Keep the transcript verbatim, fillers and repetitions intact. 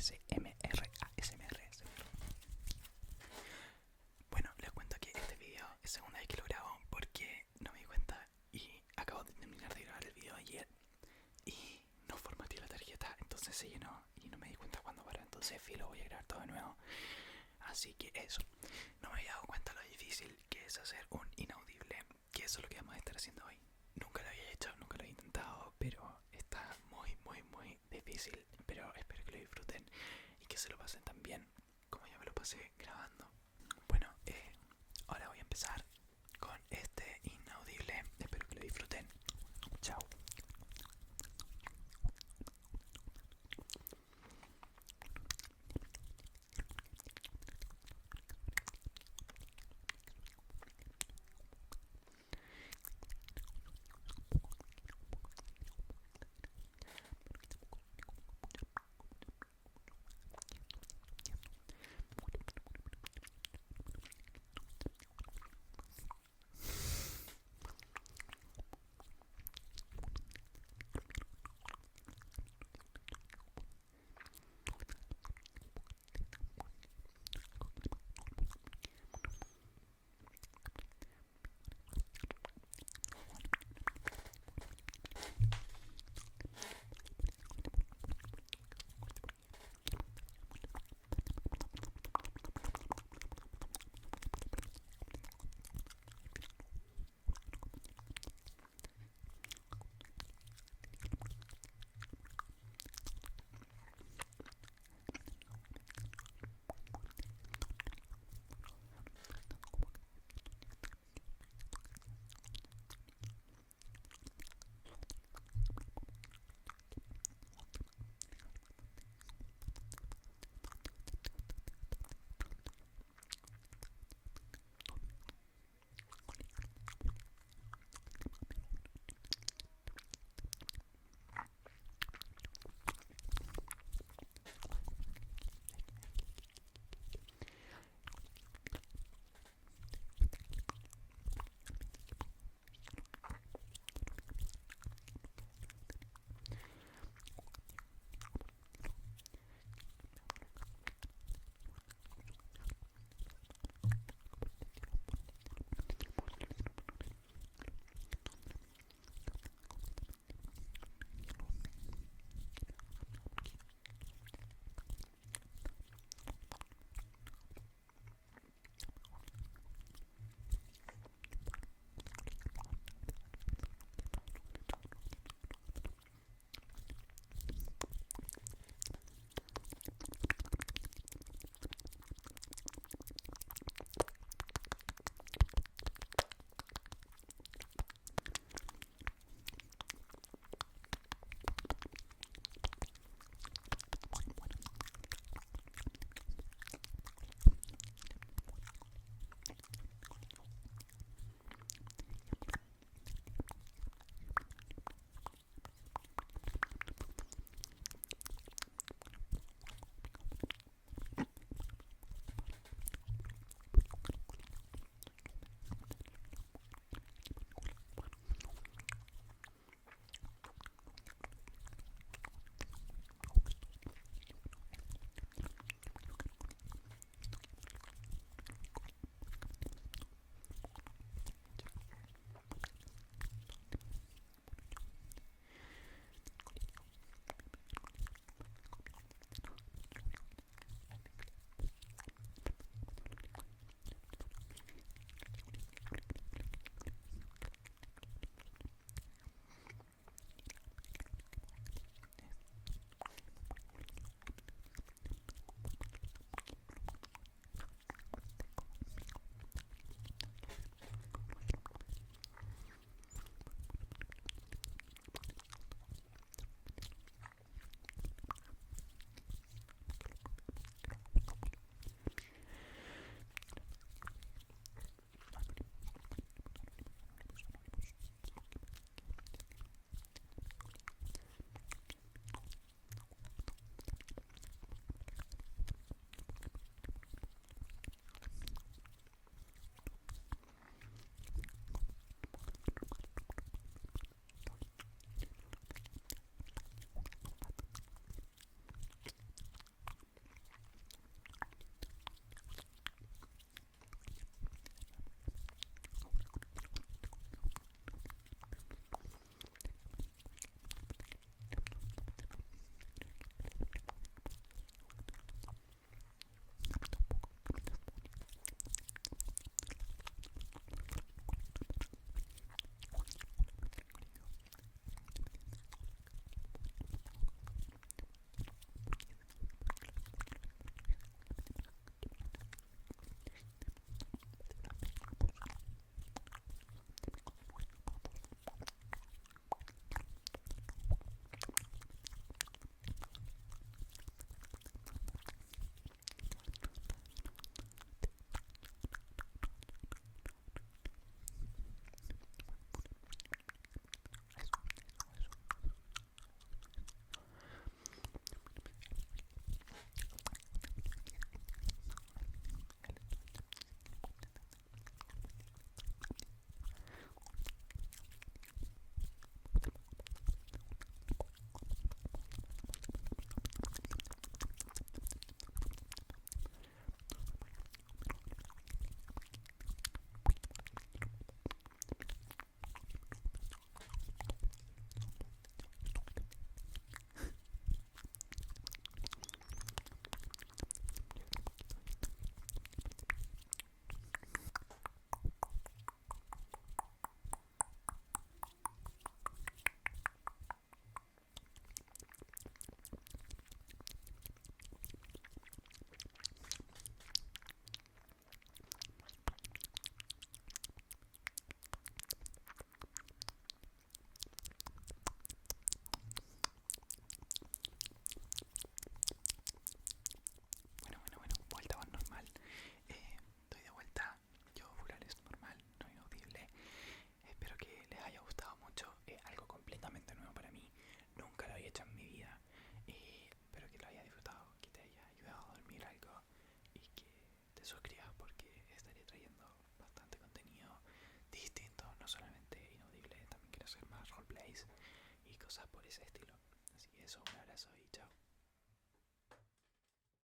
S M R, A S M R. Bueno, les cuento que este video es segunda vez que lo grabo porque no me di cuenta y acabo de terminar de grabar el video ayer y no formateé la tarjeta, entonces se llenó y no me di cuenta cuándo paró, entonces filo, voy a grabar todo de nuevo. Así que eso, no me había dado cuenta lo difícil que es hacer un inaudible, que eso es lo que vamos a estar haciendo hoy. Nunca lo había hecho, nunca lo he intentado, pero está muy, muy, muy difícil. Pero espero que lo disfruten y que se lo pasen tan bien como yo me lo pasé grabando. Bueno, eh, ahora voy a empezar